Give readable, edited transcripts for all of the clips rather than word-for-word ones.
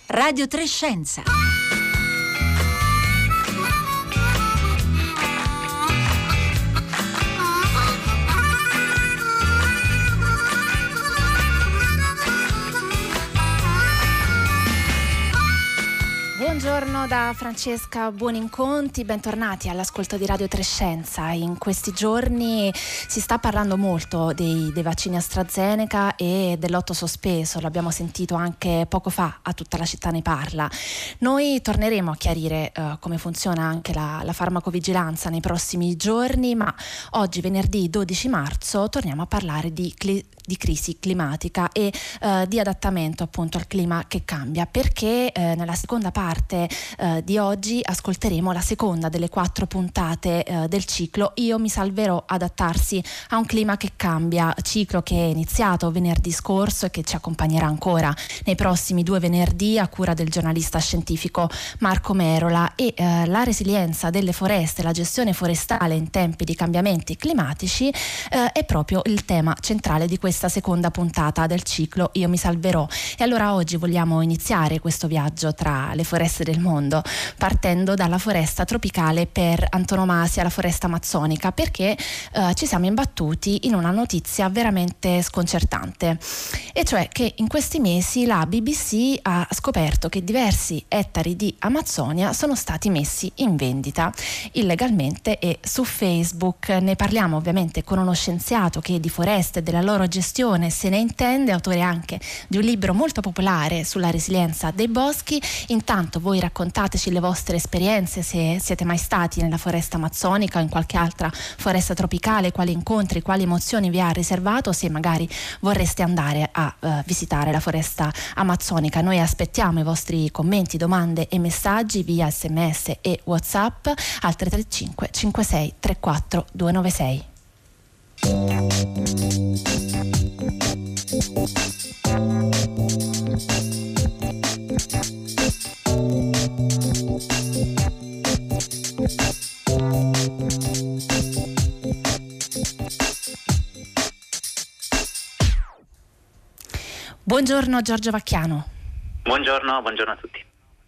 Radio 3 Scienza. Buongiorno da Francesca Buoninconti, bentornati all'ascolto di Radio 3 Scienza. In questi giorni si sta parlando molto dei vaccini AstraZeneca e del lotto sospeso, l'abbiamo sentito anche poco fa, a Tutta la città ne parla. Noi torneremo a chiarire come funziona anche la farmacovigilanza nei prossimi giorni, ma oggi, venerdì 12 marzo, torniamo a parlare di crisi climatica e di adattamento appunto al clima che cambia, perché nella seconda parte di oggi ascolteremo la seconda delle 4 puntate del ciclo Io mi salverò, adattarsi a un clima che cambia, ciclo che è iniziato venerdì scorso e che ci accompagnerà ancora nei prossimi 2 venerdì a cura del giornalista scientifico Marco Merola. E la resilienza delle foreste, la gestione forestale in tempi di cambiamenti climatici è proprio il tema centrale di questa seconda puntata del ciclo Io mi salverò. E allora oggi vogliamo iniziare questo viaggio tra le foreste del mondo, partendo dalla foresta tropicale per antonomasia, la foresta amazzonica, perché ci siamo imbattuti in una notizia veramente sconcertante, e cioè che in questi mesi la BBC ha scoperto che diversi ettari di Amazzonia sono stati messi in vendita illegalmente e su Facebook. Ne parliamo ovviamente con uno scienziato che di foreste e della loro gestione se ne intende, autore anche di un libro molto popolare sulla resilienza dei boschi. Intanto voi raccontateci le vostre esperienze, se siete mai stati nella foresta amazzonica o in qualche altra foresta tropicale, quali incontri, quali emozioni vi ha riservato, se magari vorreste andare a visitare la foresta amazzonica. Noi aspettiamo i vostri commenti, domande e messaggi via SMS e WhatsApp al 335 56 34 296. Buongiorno Giorgio Vacchiano. Buongiorno a tutti.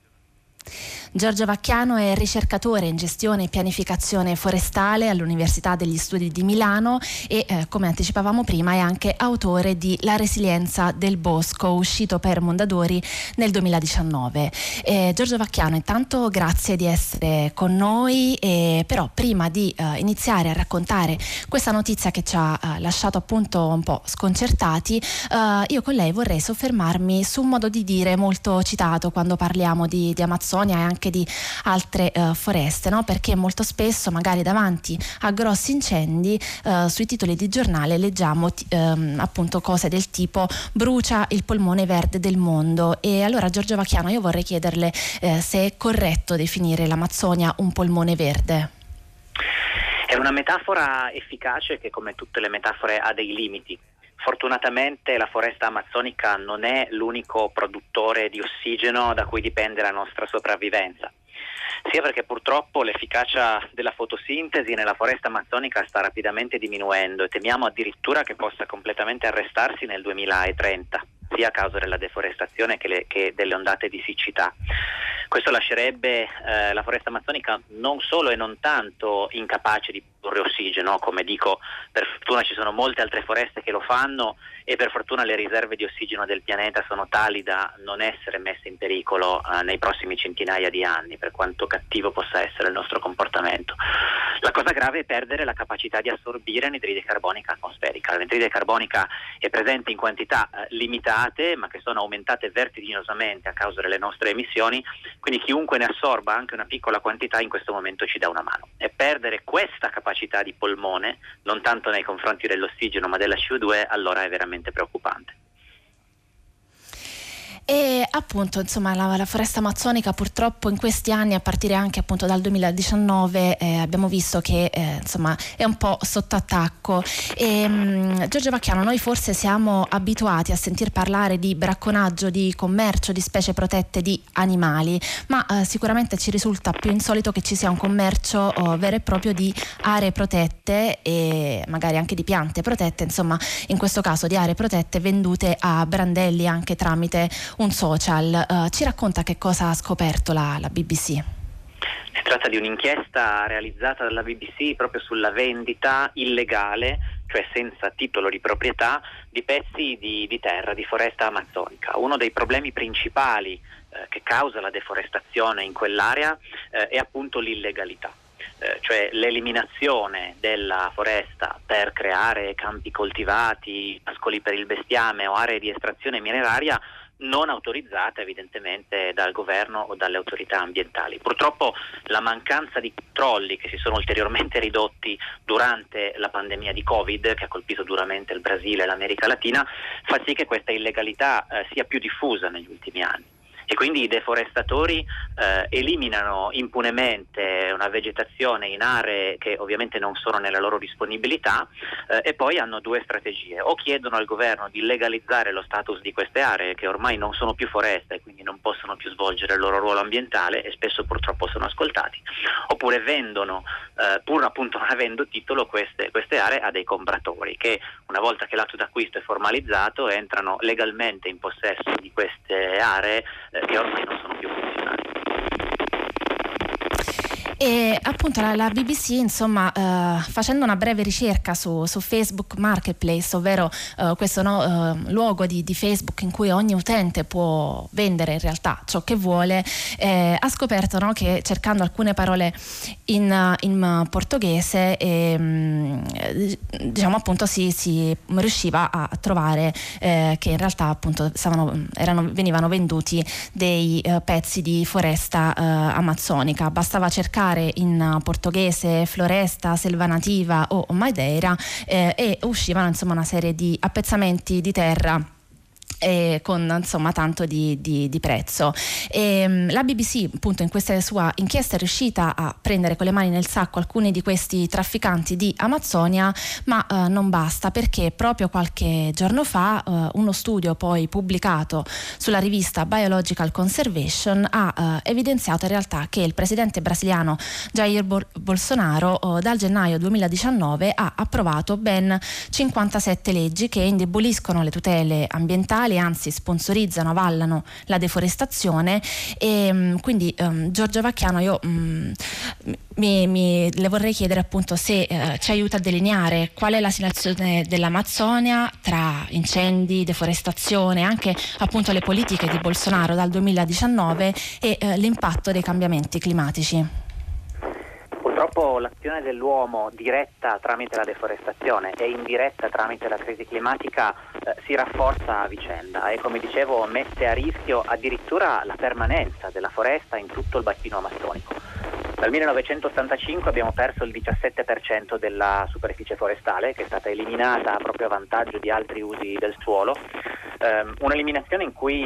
Giorgio Vacchiano è ricercatore in gestione e pianificazione forestale all'Università degli Studi di Milano e come anticipavamo prima è anche autore di La resilienza del bosco, uscito per Mondadori nel 2019. Giorgio Vacchiano, intanto grazie di essere con noi, però prima di iniziare a raccontare questa notizia che ci ha lasciato appunto un po' sconcertati, io con lei vorrei soffermarmi su un modo di dire molto citato quando parliamo di Amazzonia e anche di altre foreste, no? Perché molto spesso magari davanti a grossi incendi sui titoli di giornale leggiamo appunto cose del tipo brucia il polmone verde del mondo. E allora Giorgio Vacchiano, io vorrei chiederle se è corretto definire l'Amazzonia un polmone verde. È una metafora efficace che, come tutte le metafore, ha dei limiti. Fortunatamente la foresta amazzonica non è l'unico produttore di ossigeno da cui dipende la nostra sopravvivenza, sia perché purtroppo l'efficacia della fotosintesi nella foresta amazzonica sta rapidamente diminuendo e temiamo addirittura che possa completamente arrestarsi nel 2030, sia a causa della deforestazione che delle ondate di siccità. Questo lascerebbe la foresta amazzonica non solo e non tanto incapace di produrre ossigeno, come dico, per fortuna ci sono molte altre foreste che lo fanno e per fortuna le riserve di ossigeno del pianeta sono tali da non essere messe in pericolo nei prossimi centinaia di anni, per quanto cattivo possa essere il nostro comportamento. La cosa grave è perdere la capacità di assorbire anidride carbonica atmosferica. L'anidride carbonica è presente in quantità limitate, ma che sono aumentate vertiginosamente a causa delle nostre emissioni, quindi chiunque ne assorba anche una piccola quantità in questo momento ci dà una mano. E perdere questa capacità di polmone, non tanto nei confronti dell'ossigeno ma della CO2, allora è veramente preoccupante. E appunto insomma la foresta amazzonica purtroppo in questi anni, a partire anche appunto dal 2019, abbiamo visto che insomma è un po' sotto attacco. Giorgio Vacchiano, noi forse siamo abituati a sentir parlare di bracconaggio, di commercio di specie protette di animali, ma sicuramente ci risulta più insolito che ci sia un commercio vero e proprio di aree protette e magari anche di piante protette, insomma in questo caso di aree protette vendute a brandelli anche tramite un social. Ci racconta che cosa ha scoperto la BBC? Si tratta di un'inchiesta realizzata dalla BBC proprio sulla vendita illegale, cioè senza titolo di proprietà, di pezzi di terra, di foresta amazzonica. Uno dei problemi principali che causa la deforestazione in quell'area è appunto l'illegalità. Cioè l'eliminazione della foresta per creare campi coltivati, pascoli per il bestiame o aree di estrazione mineraria non autorizzata evidentemente dal governo o dalle autorità ambientali. Purtroppo la mancanza di controlli, che si sono ulteriormente ridotti durante la pandemia di Covid, che ha colpito duramente il Brasile e l'America Latina, fa sì che questa illegalità sia più diffusa negli ultimi anni. E quindi i deforestatori eliminano impunemente una vegetazione in aree che ovviamente non sono nella loro disponibilità e poi hanno due strategie: o chiedono al governo di legalizzare lo status di queste aree che ormai non sono più foreste e quindi non possono più svolgere il loro ruolo ambientale e spesso purtroppo sono ascoltati, oppure vendono pur appunto non avendo titolo queste aree a dei compratori che, una volta che l'atto d'acquisto è formalizzato, entrano legalmente in possesso di queste aree che ormai non sono più funzionali. E appunto la BBC, insomma, facendo una breve ricerca su Facebook Marketplace, ovvero questo luogo di Facebook in cui ogni utente può vendere in realtà ciò che vuole, ha scoperto che cercando alcune parole in portoghese diciamo appunto si riusciva a trovare che in realtà appunto venivano venduti dei pezzi di foresta amazzonica. Bastava cercare in portoghese floresta, selva nativa o madeira e uscivano insomma una serie di appezzamenti di terra con insomma tanto di prezzo. La BBC appunto in questa sua inchiesta è riuscita a prendere con le mani nel sacco alcuni di questi trafficanti di Amazzonia, ma non basta, perché proprio qualche giorno fa uno studio poi pubblicato sulla rivista Biological Conservation ha evidenziato in realtà che il presidente brasiliano Jair Bolsonaro dal gennaio 2019 ha approvato ben 57 leggi che indeboliscono le tutele ambientali, anzi sponsorizzano, avallano la deforestazione. E quindi Giorgio Vacchiano, io le vorrei chiedere appunto se ci aiuta a delineare qual è la situazione dell'Amazzonia tra incendi, deforestazione, anche appunto le politiche di Bolsonaro dal 2019 e l'impatto dei cambiamenti climatici. Purtroppo l'azione dell'uomo diretta tramite la deforestazione e indiretta tramite la crisi climatica si rafforza a vicenda e, come dicevo, mette a rischio addirittura la permanenza della foresta in tutto il bacino amazzonico. Dal 1985 abbiamo perso il 17% della superficie forestale, che è stata eliminata proprio a vantaggio di altri usi del suolo. Un'eliminazione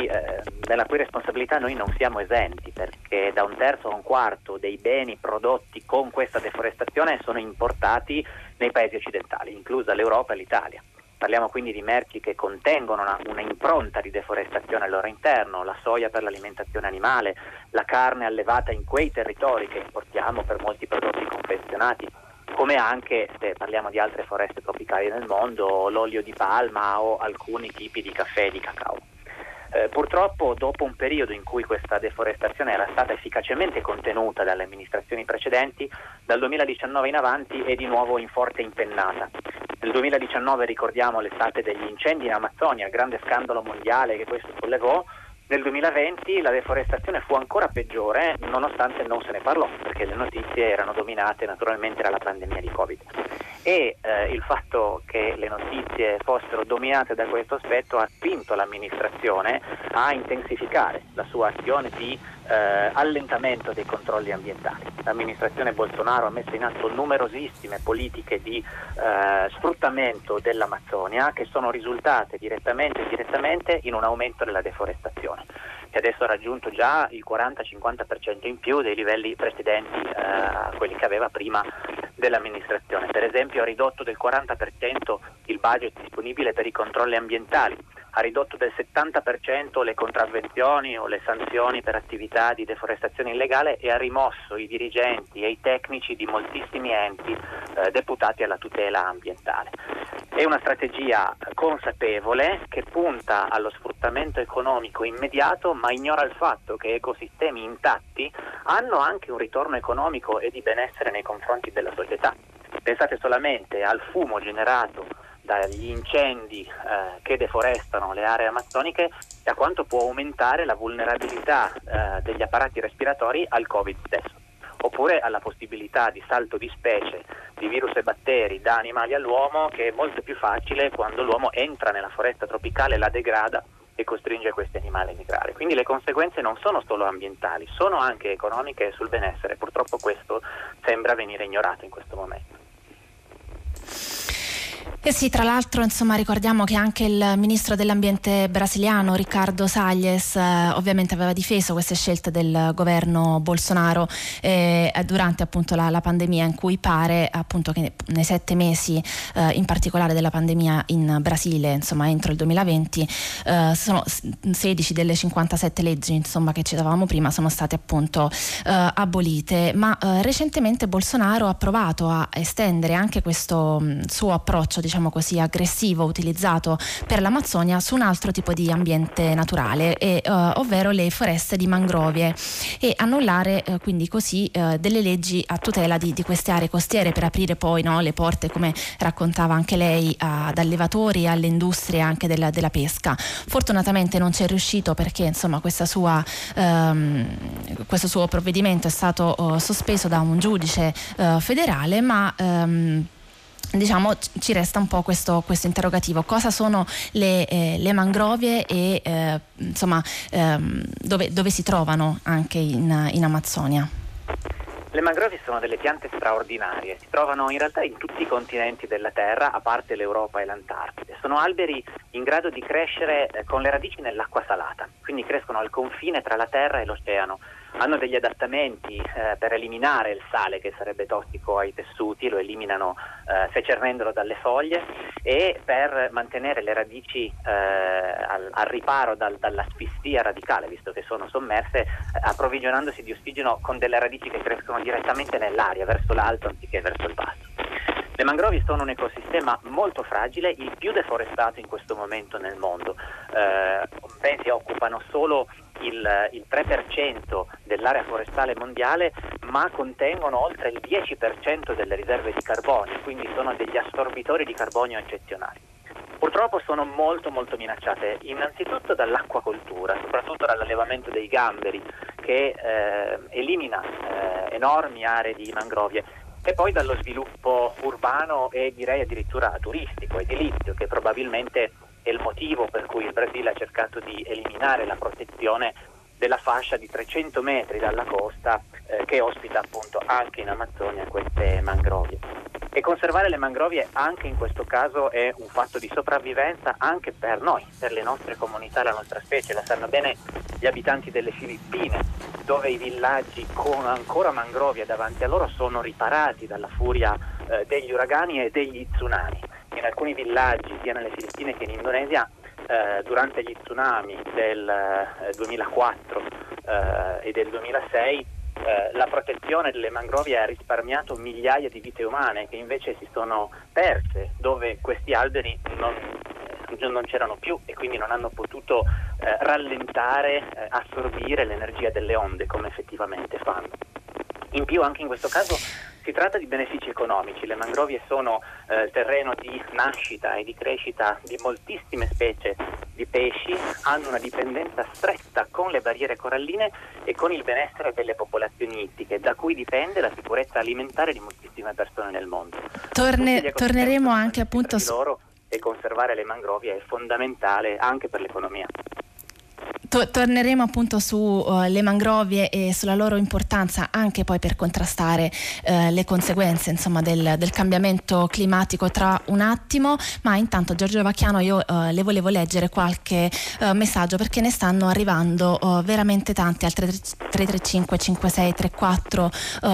nella cui responsabilità noi non siamo esenti, perché da un terzo a un quarto dei beni prodotti con questa deforestazione sono importati nei paesi occidentali, inclusa l'Europa e l'Italia. Parliamo quindi di merci che contengono una impronta di deforestazione al loro interno: la soia per l'alimentazione animale, la carne allevata in quei territori che importiamo per molti prodotti confezionati, come anche, se parliamo di altre foreste tropicali nel mondo, l'olio di palma o alcuni tipi di caffè e di cacao. Purtroppo, dopo un periodo in cui questa deforestazione era stata efficacemente contenuta dalle amministrazioni precedenti, dal 2019 in avanti è di nuovo in forte impennata. Nel 2019 ricordiamo l'estate degli incendi in Amazzonia, il grande scandalo mondiale che questo sollevò. Nel 2020 la deforestazione fu ancora peggiore, nonostante non se ne parlò, perché le notizie erano dominate naturalmente dalla pandemia di Covid. E il fatto che le notizie fossero dominate da questo aspetto ha spinto l'amministrazione a intensificare la sua azione di allentamento dei controlli ambientali. L'amministrazione Bolsonaro ha messo in atto numerosissime politiche di sfruttamento dell'Amazzonia che sono risultate direttamente o indirettamente in un aumento della deforestazione, che adesso ha raggiunto già il 40-50% in più dei livelli precedenti a quelli che aveva prima dell'amministrazione. Per esempio, ha ridotto del 40% il budget disponibile per i controlli ambientali, ha ridotto del 70% le contravvenzioni o le sanzioni per attività di deforestazione illegale e ha rimosso i dirigenti e i tecnici di moltissimi enti deputati alla tutela ambientale. È una strategia consapevole che punta allo sfruttamento economico immediato, ma ignora il fatto che ecosistemi intatti hanno anche un ritorno economico e di benessere nei confronti della società. Pensate solamente al fumo generato dagli incendi che deforestano le aree amazzoniche e a quanto può aumentare la vulnerabilità degli apparati respiratori al Covid stesso, oppure alla possibilità di salto di specie di virus e batteri da animali all'uomo, che è molto più facile quando l'uomo entra nella foresta tropicale, la degrada e costringe questi animali a migrare. Quindi le conseguenze non sono solo ambientali, sono anche economiche e sul benessere. Purtroppo questo sembra venire ignorato in questo momento. Eh sì, tra l'altro ricordiamo che anche il ministro dell'ambiente brasiliano Ricardo Salles ovviamente aveva difeso queste scelte del governo Bolsonaro durante appunto la pandemia, in cui pare appunto che nei 7 mesi in particolare della pandemia in Brasile, entro il 2020 sono 16 delle 57 leggi che citavamo prima sono state appunto abolite, ma recentemente Bolsonaro ha provato a estendere anche questo suo approccio così aggressivo utilizzato per l'Amazzonia su un altro tipo di ambiente naturale, ovvero le foreste di mangrovie, e annullare quindi così delle leggi a tutela di queste aree costiere, per aprire poi le porte, come raccontava anche lei, ad allevatori, alle industrie anche della pesca. Fortunatamente non ci è riuscito, perché questo suo provvedimento è stato sospeso da un giudice federale, ma ci resta un po' questo interrogativo: cosa sono le mangrovie e dove si trovano anche in Amazzonia? Le mangrovie sono delle piante straordinarie, si trovano in realtà in tutti i continenti della Terra, a parte l'Europa e l'Antartide. Sono alberi in grado di crescere con le radici nell'acqua salata, quindi crescono al confine tra la Terra e l'oceano. Hanno degli adattamenti per eliminare il sale, che sarebbe tossico ai tessuti, lo eliminano secernendolo dalle foglie, e per mantenere le radici al riparo dall'asfissia radicale, visto che sono sommerse, approvvigionandosi di ossigeno con delle radici che crescono direttamente nell'aria, verso l'alto anziché verso il basso. Le mangrovie sono un ecosistema molto fragile, il più deforestato in questo momento nel mondo. Pensi, occupano solo il 3% dell'area forestale mondiale, ma contengono oltre il 10% delle riserve di carbonio, quindi sono degli assorbitori di carbonio eccezionali. Purtroppo sono molto molto minacciate, innanzitutto dall'acquacoltura, soprattutto dall'allevamento dei gamberi, che elimina enormi aree di mangrovie, e poi dallo sviluppo urbano e direi addirittura turistico, edilizio, che probabilmente è il motivo per cui il Brasile ha cercato di eliminare la protezione della fascia di 300 metri dalla costa che ospita appunto anche in Amazzonia queste mangrovie. E conservare le mangrovie anche in questo caso è un fatto di sopravvivenza anche per noi, per le nostre comunità, la nostra specie. La sanno bene gli abitanti delle Filippine, dove i villaggi con ancora mangrovie davanti a loro sono riparati dalla furia degli uragani e degli tsunami. In alcuni villaggi, sia nelle Filippine che in Indonesia, durante gli tsunami del 2004 e del 2006 la protezione delle mangrovie ha risparmiato migliaia di vite umane che invece si sono perse dove questi alberi non c'erano più, e quindi non hanno potuto rallentare, assorbire l'energia delle onde come effettivamente fanno. In più, anche in questo caso si tratta di benefici economici. Le mangrovie sono terreno di nascita e di crescita di moltissime specie di pesci, hanno una dipendenza stretta con le barriere coralline e con il benessere delle popolazioni ittiche, da cui dipende la sicurezza alimentare di moltissime persone nel mondo. Torneremo anche appunto su loro, e conservare le mangrovie è fondamentale anche per l'economia. Torneremo appunto su le mangrovie e sulla loro importanza anche poi per contrastare le conseguenze del cambiamento climatico tra un attimo, ma intanto Giorgio Vacchiano io le volevo leggere qualche messaggio, perché ne stanno arrivando veramente tanti al 335 56 34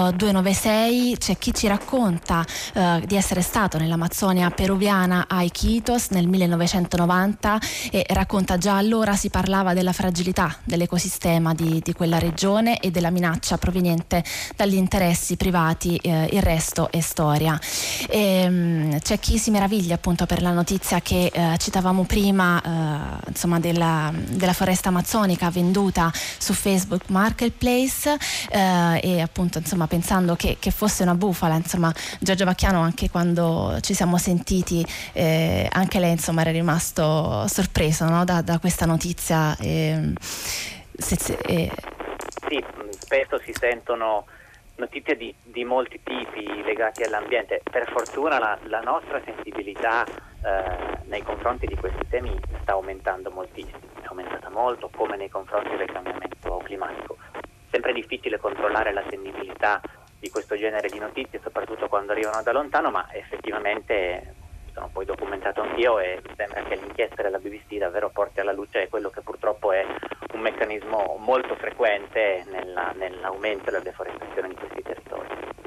296. C'è chi ci racconta di essere stato nell'Amazzonia peruviana a Iquitos nel 1990 e racconta: già allora si parlava della fragilità fragilità dell'ecosistema di quella regione e della minaccia proveniente dagli interessi privati. Il resto è storia. C'è chi si meraviglia appunto per la notizia che citavamo prima, insomma della foresta amazzonica venduta su Facebook Marketplace, e appunto insomma pensando che fosse una bufala. Insomma Giorgio Vacchiano, anche quando ci siamo sentiti, anche lei insomma era rimasto sorpreso, no? da questa notizia. Sì, spesso si sentono notizie di molti tipi legati all'ambiente. Per fortuna la nostra sensibilità nei confronti di questi temi sta aumentando moltissimo, è aumentata molto, come nei confronti del cambiamento climatico. Sempre difficile controllare la sensibilità di questo genere di notizie, soprattutto quando arrivano da lontano, ma effettivamente sono poi documentato anch'io e mi sembra che l'inchiesta della BBC davvero porti alla luce quello che purtroppo è un meccanismo molto frequente nell'aumento della deforestazione di questi territori.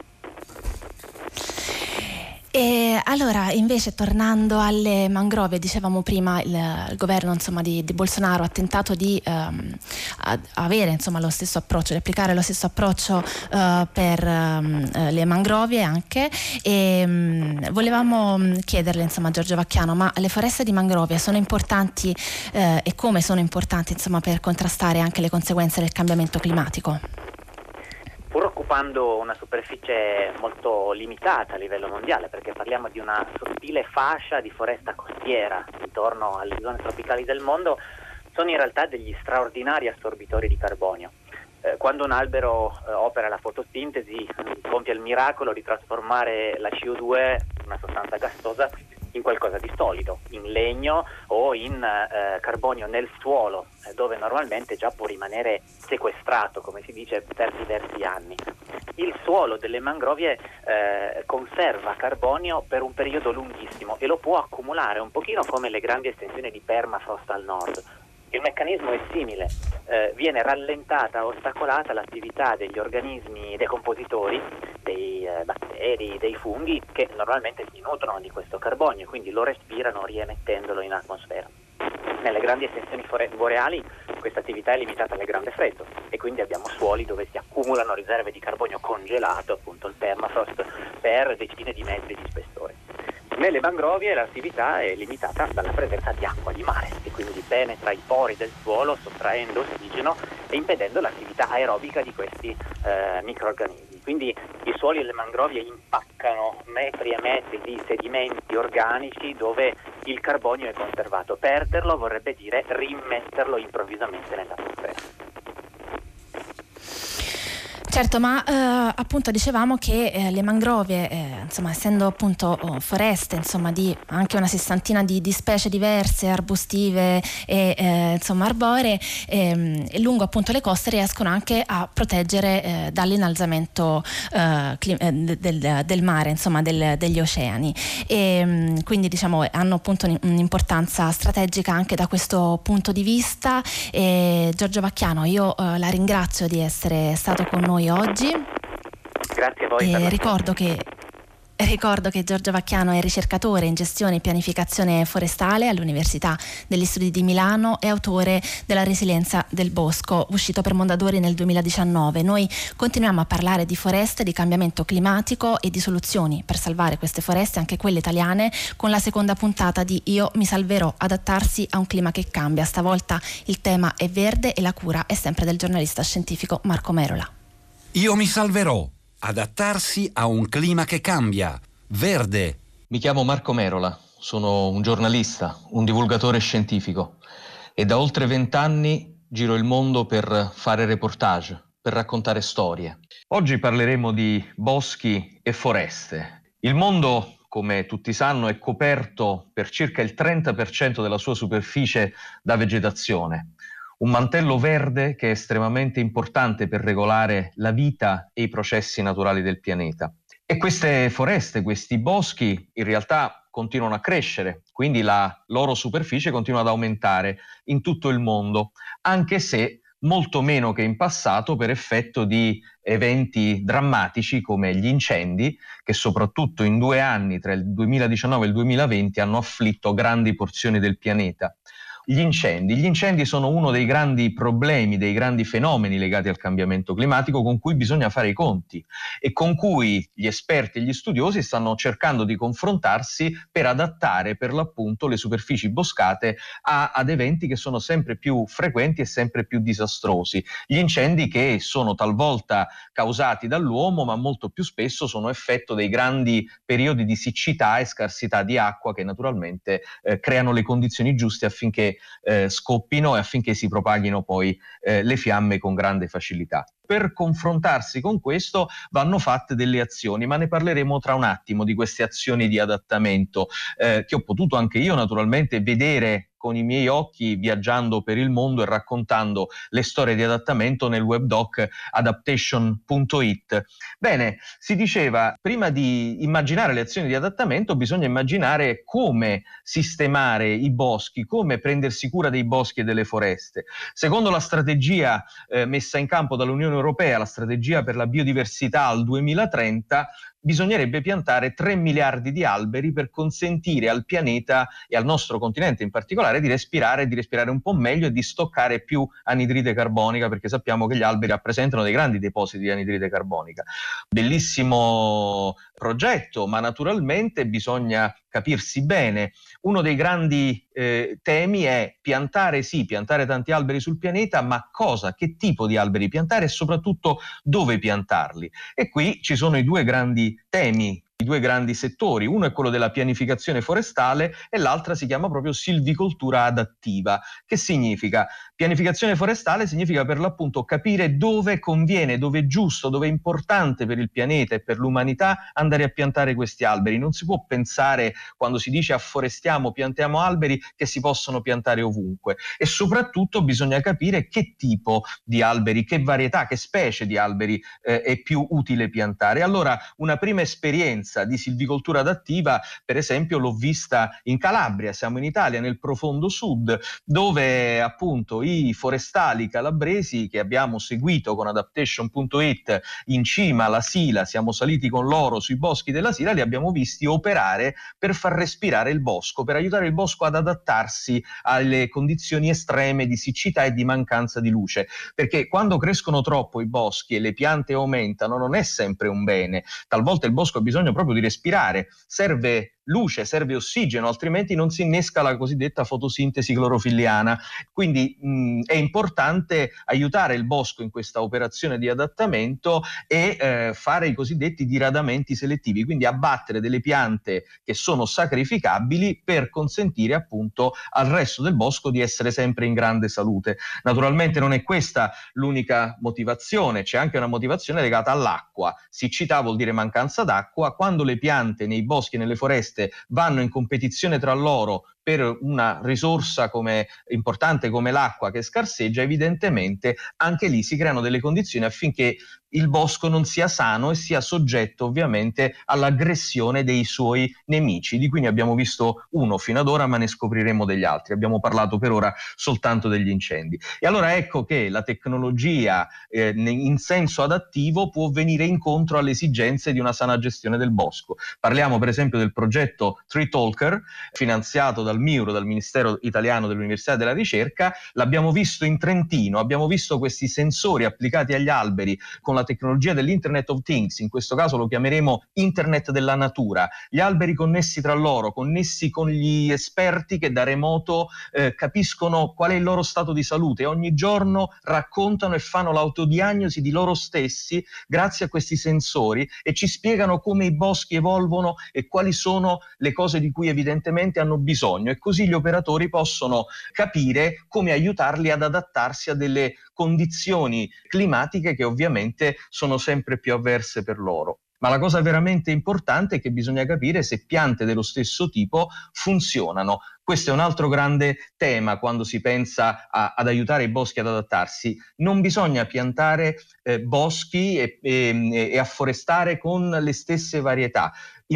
E allora, invece, tornando alle mangrove, dicevamo prima, il governo insomma di Bolsonaro ha tentato di avere insomma lo stesso approccio, di applicare lo stesso approccio per le mangrovie anche, e volevamo chiederle insomma a Giorgio Vacchiano, ma le foreste di mangrovie sono importanti e come sono importanti insomma per contrastare anche le conseguenze del cambiamento climatico? Pur occupando una superficie molto limitata a livello mondiale, perché parliamo di una sottile fascia di foresta costiera intorno alle zone tropicali del mondo, sono in realtà degli straordinari assorbitori di carbonio. Quando un albero opera la fotosintesi, compie il miracolo di trasformare la CO2, una sostanza gassosa, in qualcosa di solido, in legno o in carbonio nel suolo, dove normalmente già può rimanere sequestrato, come si dice, per diversi anni. Il suolo delle mangrovie conserva carbonio per un periodo lunghissimo e lo può accumulare, un pochino come le grandi estensioni di permafrost al nord. Il meccanismo è simile, viene rallentata, ostacolata l'attività degli organismi decompositori, dei batteri, dei funghi, che normalmente si nutrono di questo carbonio, quindi lo respirano riemettendolo in atmosfera. Nelle grandi estensioni boreali questa attività è limitata alle grande freddo e quindi abbiamo suoli dove si accumulano riserve di carbonio congelato, appunto il permafrost, per decine di metri di spessore. Nelle mangrovie l'attività è limitata dalla presenza di acqua di mare e quindi penetra i pori del suolo sottraendo ossigeno e impedendo l'attività aerobica di questi microrganismi. Quindi i suoli delle mangrovie impaccano metri e metri di sedimenti organici dove il carbonio è conservato. Perderlo vorrebbe dire rimetterlo improvvisamente nell'atmosfera. Certo, ma appunto dicevamo che le mangrovie, insomma, essendo appunto foreste, insomma, di anche una sessantina di specie diverse, arbustive e insomma arboree, lungo appunto le coste riescono anche a proteggere dall'innalzamento del mare, insomma, degli oceani, e quindi diciamo hanno appunto un'importanza strategica anche da questo punto di vista. Giorgio Vacchiano, io la ringrazio di essere stato con noi oggi. Grazie a voi. Ricordo che Giorgio Vacchiano è ricercatore in gestione e pianificazione forestale all'Università degli Studi di Milano e autore della Resilienza del bosco, uscito per Mondadori nel 2019. Noi continuiamo a parlare di foreste, di cambiamento climatico e di soluzioni per salvare queste foreste, anche quelle italiane, con la seconda puntata di Io mi salverò, adattarsi a un clima che cambia. Stavolta il tema è verde e la cura è sempre del giornalista scientifico Marco Merola. Io mi salverò, adattarsi a un clima che cambia. Verde. Mi chiamo Marco Merola, sono un giornalista, un divulgatore scientifico e da oltre 20 anni giro il mondo per fare reportage, per raccontare storie. Oggi parleremo di boschi e foreste. Il mondo, come tutti sanno, è coperto per circa il 30% della sua superficie da vegetazione. Un mantello verde che è estremamente importante per regolare la vita e i processi naturali del pianeta. E queste foreste, questi boschi, in realtà continuano a crescere, quindi la loro superficie continua ad aumentare in tutto il mondo, anche se molto meno che in passato per effetto di eventi drammatici come gli incendi, che soprattutto in 2 anni, tra il 2019 e il 2020, hanno afflitto grandi porzioni del pianeta. Gli incendi. Gli incendi sono uno dei grandi problemi, dei grandi fenomeni legati al cambiamento climatico con cui bisogna fare i conti e con cui gli esperti e gli studiosi stanno cercando di confrontarsi per adattare per l'appunto le superfici boscate ad eventi che sono sempre più frequenti e sempre più disastrosi. Gli incendi che sono talvolta causati dall'uomo, ma molto più spesso sono effetto dei grandi periodi di siccità e scarsità di acqua che naturalmente creano le condizioni giuste affinché scoppino e affinché si propaghino poi le fiamme con grande facilità. Per confrontarsi con questo vanno fatte delle azioni, ma ne parleremo tra un attimo di queste azioni di adattamento che ho potuto anche io naturalmente vedere con i miei occhi viaggiando per il mondo e raccontando le storie di adattamento nel webdoc adaptation.it. Bene, si diceva, prima di immaginare le azioni di adattamento bisogna immaginare come sistemare i boschi, come prendersi cura dei boschi e delle foreste. Secondo la strategia messa in campo dall'Unione Europea, la strategia per la biodiversità al 2030, bisognerebbe piantare 3 miliardi di alberi per consentire al pianeta e al nostro continente in particolare di respirare un po' meglio e di stoccare più anidride carbonica, perché sappiamo che gli alberi rappresentano dei grandi depositi di anidride carbonica. Bellissimo progetto, ma naturalmente bisogna capirsi bene. Uno dei grandi temi è piantare tanti alberi sul pianeta, ma cosa, che tipo di alberi piantare e soprattutto dove piantarli. E qui ci sono i due grandi temi, i due grandi settori. Uno è quello della pianificazione forestale e l'altra si chiama proprio silvicoltura adattiva. Che significa? Pianificazione forestale significa per l'appunto capire dove conviene, dove è giusto, dove è importante per il pianeta e per l'umanità andare a piantare questi alberi. Non si può pensare, quando si dice afforestiamo, piantiamo alberi, che si possono piantare ovunque. E soprattutto bisogna capire che tipo di alberi, che varietà, che specie di alberi è più utile piantare. Allora, una prima esperienza di silvicoltura adattiva, per esempio, l'ho vista in Calabria. Siamo in Italia, nel profondo sud, dove appunto i forestali calabresi che abbiamo seguito con adaptation.it in cima alla Sila, siamo saliti con loro sui boschi della Sila, li abbiamo visti operare per far respirare il bosco, per aiutare il bosco ad adattarsi alle condizioni estreme di siccità e di mancanza di luce, perché quando crescono troppo i boschi e le piante aumentano non è sempre un bene. Talvolta il bosco ha bisogno proprio di respirare, serve luce, serve ossigeno, altrimenti non si innesca la cosiddetta fotosintesi clorofilliana. Quindi è importante aiutare il bosco in questa operazione di adattamento e fare i cosiddetti diradamenti selettivi, quindi abbattere delle piante che sono sacrificabili per consentire appunto al resto del bosco di essere sempre in grande salute. Naturalmente non è questa l'unica motivazione, c'è anche una motivazione legata all'acqua. Siccità vuol dire mancanza d'acqua. Quando le piante nei boschi e nelle foreste vanno in competizione tra loro per una risorsa importante come l'acqua che scarseggia, evidentemente anche lì si creano delle condizioni affinché il bosco non sia sano e sia soggetto ovviamente all'aggressione dei suoi nemici, di cui ne abbiamo visto uno fino ad ora, ma ne scopriremo degli altri. Abbiamo parlato per ora soltanto degli incendi. E allora ecco che la tecnologia in senso adattivo può venire incontro alle esigenze di una sana gestione del bosco. Parliamo per esempio del progetto Tree Talker, finanziato dal MIUR, dal Ministero Italiano dell'Università e della Ricerca. L'abbiamo visto in Trentino, abbiamo visto questi sensori applicati agli alberi con la tecnologia dell'Internet of Things, in questo caso lo chiameremo Internet della natura, gli alberi connessi tra loro, connessi con gli esperti che da remoto capiscono qual è il loro stato di salute e ogni giorno raccontano e fanno l'autodiagnosi di loro stessi grazie a questi sensori e ci spiegano come i boschi evolvono e quali sono le cose di cui evidentemente hanno bisogno, e così gli operatori possono capire come aiutarli ad adattarsi a delle condizioni climatiche che ovviamente sono sempre più avverse per loro. Ma la cosa veramente importante è che bisogna capire se piante dello stesso tipo funzionano. Questo è un altro grande tema quando si pensa ad aiutare i boschi ad adattarsi. Non bisogna piantare boschi e afforestare con le stesse varietà.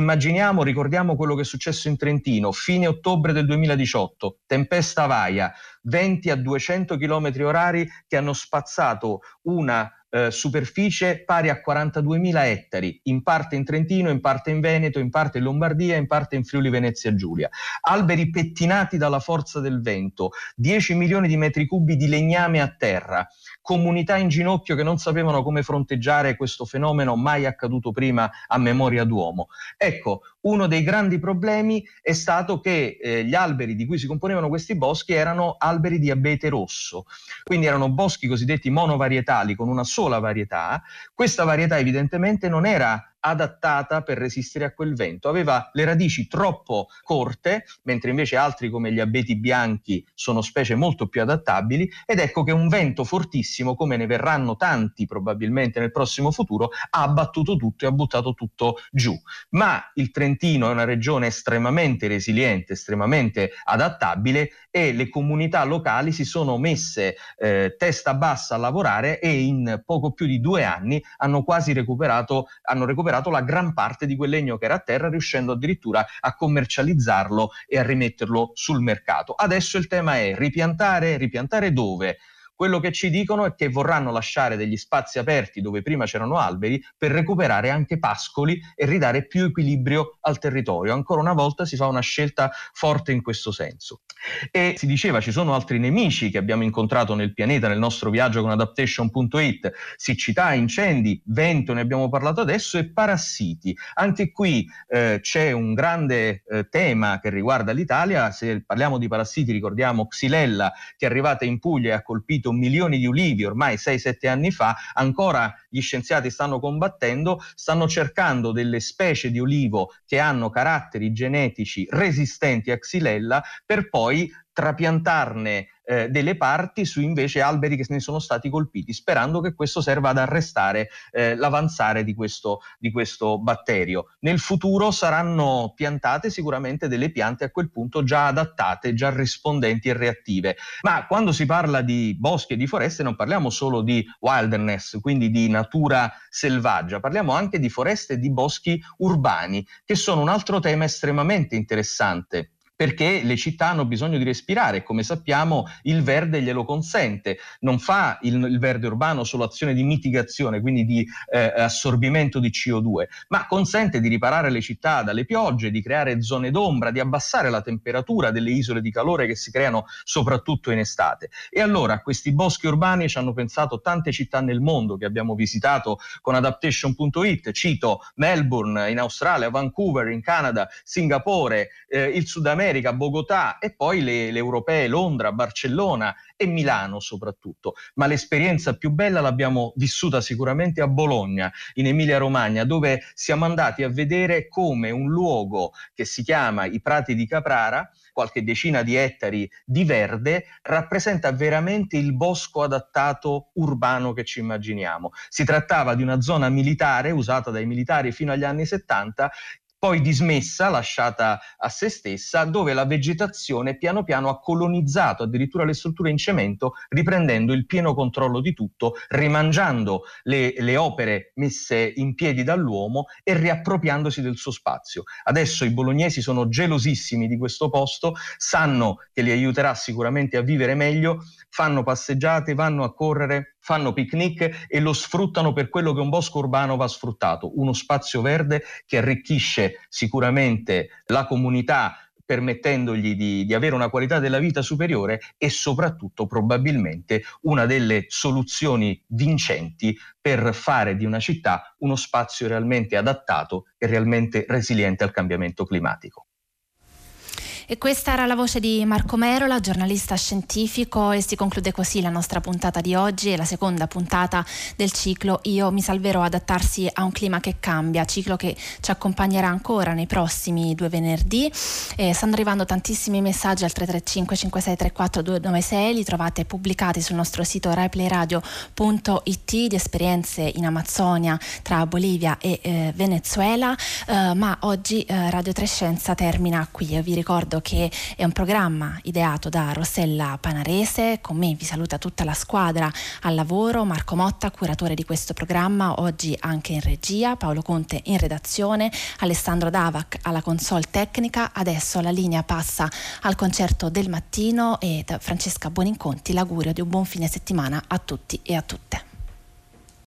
Ricordiamo quello che è successo in Trentino, fine ottobre del 2018, tempesta Vaia, venti a 200 km/h che hanno spazzato una superficie pari a 42.000 ettari, in parte in Trentino, in parte in Veneto, in parte in Lombardia, in parte in Friuli Venezia Giulia. Alberi pettinati dalla forza del vento, 10 milioni di metri cubi di legname a terra, comunità in ginocchio che non sapevano come fronteggiare questo fenomeno mai accaduto prima a memoria d'uomo. Ecco, uno dei grandi problemi è stato che gli alberi di cui si componevano questi boschi erano alberi di abete rosso, quindi erano boschi cosiddetti monovarietali con una sola varietà. Questa varietà evidentemente non era adattata per resistere a quel vento, aveva le radici troppo corte, mentre invece altri come gli abeti bianchi sono specie molto più adattabili, ed ecco che un vento fortissimo, come ne verranno tanti probabilmente nel prossimo futuro, ha abbattuto tutto e ha buttato tutto giù. Ma il Trentino è una regione estremamente resiliente, estremamente adattabile, e le comunità locali si sono messe testa bassa a lavorare e in poco più di 2 anni hanno recuperato la gran parte di quel legno che era a terra, riuscendo addirittura a commercializzarlo e a rimetterlo sul mercato. Adesso il tema è ripiantare dove? Quello che ci dicono è che vorranno lasciare degli spazi aperti dove prima c'erano alberi per recuperare anche pascoli e ridare più equilibrio al territorio. Ancora una volta si fa una scelta forte in questo senso. E si diceva ci sono altri nemici che abbiamo incontrato nel pianeta nel nostro viaggio con Adaptation.it: siccità, incendi, vento, ne abbiamo parlato adesso, e parassiti. Anche qui c'è un grande tema che riguarda l'Italia. Se parliamo di parassiti ricordiamo Xylella, che è arrivata in Puglia e ha colpito milioni di ulivi ormai 6-7 anni fa. Ancora gli scienziati stanno combattendo, stanno cercando delle specie di ulivo che hanno caratteri genetici resistenti a Xylella per poi trapiantarne delle parti su invece alberi che ne sono stati colpiti, sperando che questo serva ad arrestare l'avanzare di questo batterio. Nel futuro saranno piantate sicuramente delle piante a quel punto già adattate, già rispondenti e reattive. Ma quando si parla di boschi e di foreste non parliamo solo di wilderness, quindi di natura selvaggia, parliamo anche di foreste e di boschi urbani, che sono un altro tema estremamente interessante, perché le città hanno bisogno di respirare e, come sappiamo, il verde glielo consente. Non fa il verde urbano solo azione di mitigazione, quindi di assorbimento di CO2, ma consente di riparare le città dalle piogge, di creare zone d'ombra, di abbassare la temperatura delle isole di calore che si creano soprattutto in estate. E allora a questi boschi urbani ci hanno pensato tante città nel mondo che abbiamo visitato con Adaptation.it. Cito Melbourne in Australia, Vancouver in Canada, Singapore, il Sud America, Bogotà, e poi le europee, Londra, Barcellona e Milano soprattutto. Ma l'esperienza più bella l'abbiamo vissuta sicuramente a Bologna, in Emilia-Romagna, dove siamo andati a vedere come un luogo che si chiama i Prati di Caprara, qualche decina di ettari di verde, rappresenta veramente il bosco adattato urbano che ci immaginiamo. Si trattava di una zona militare usata dai militari fino agli anni 70, poi dismessa, lasciata a se stessa, dove la vegetazione piano piano ha colonizzato addirittura le strutture in cemento, riprendendo il pieno controllo di tutto, rimangiando le opere messe in piedi dall'uomo e riappropriandosi del suo spazio. Adesso i bolognesi sono gelosissimi di questo posto, sanno che li aiuterà sicuramente a vivere meglio, fanno passeggiate, vanno a correre, fanno picnic e lo sfruttano per quello che un bosco urbano va sfruttato: uno spazio verde che arricchisce sicuramente la comunità, permettendogli di avere una qualità della vita superiore, e soprattutto probabilmente una delle soluzioni vincenti per fare di una città uno spazio realmente adattato e realmente resiliente al cambiamento climatico. E questa era la voce di Marco Merola, giornalista scientifico, e si conclude così la nostra puntata di oggi, e la seconda puntata del ciclo Io mi salverò, adattarsi a un clima che cambia, ciclo che ci accompagnerà ancora nei prossimi 2 venerdì. Stanno arrivando tantissimi messaggi al 335 5634 296, li trovate pubblicati sul nostro sito raiplayradio.it, di esperienze in Amazzonia tra Bolivia e Venezuela, ma oggi Radio 3 Scienza termina qui. Io vi ricordo che è un programma ideato da Rossella Panarese. Con me vi saluta tutta la squadra al lavoro: Marco Motta, curatore di questo programma, oggi anche in regia, Paolo Conte in redazione, Alessandro Davac alla console tecnica. Adesso la linea passa al concerto del mattino e da Francesca Buoninconti l'augurio di un buon fine settimana a tutti e a tutte.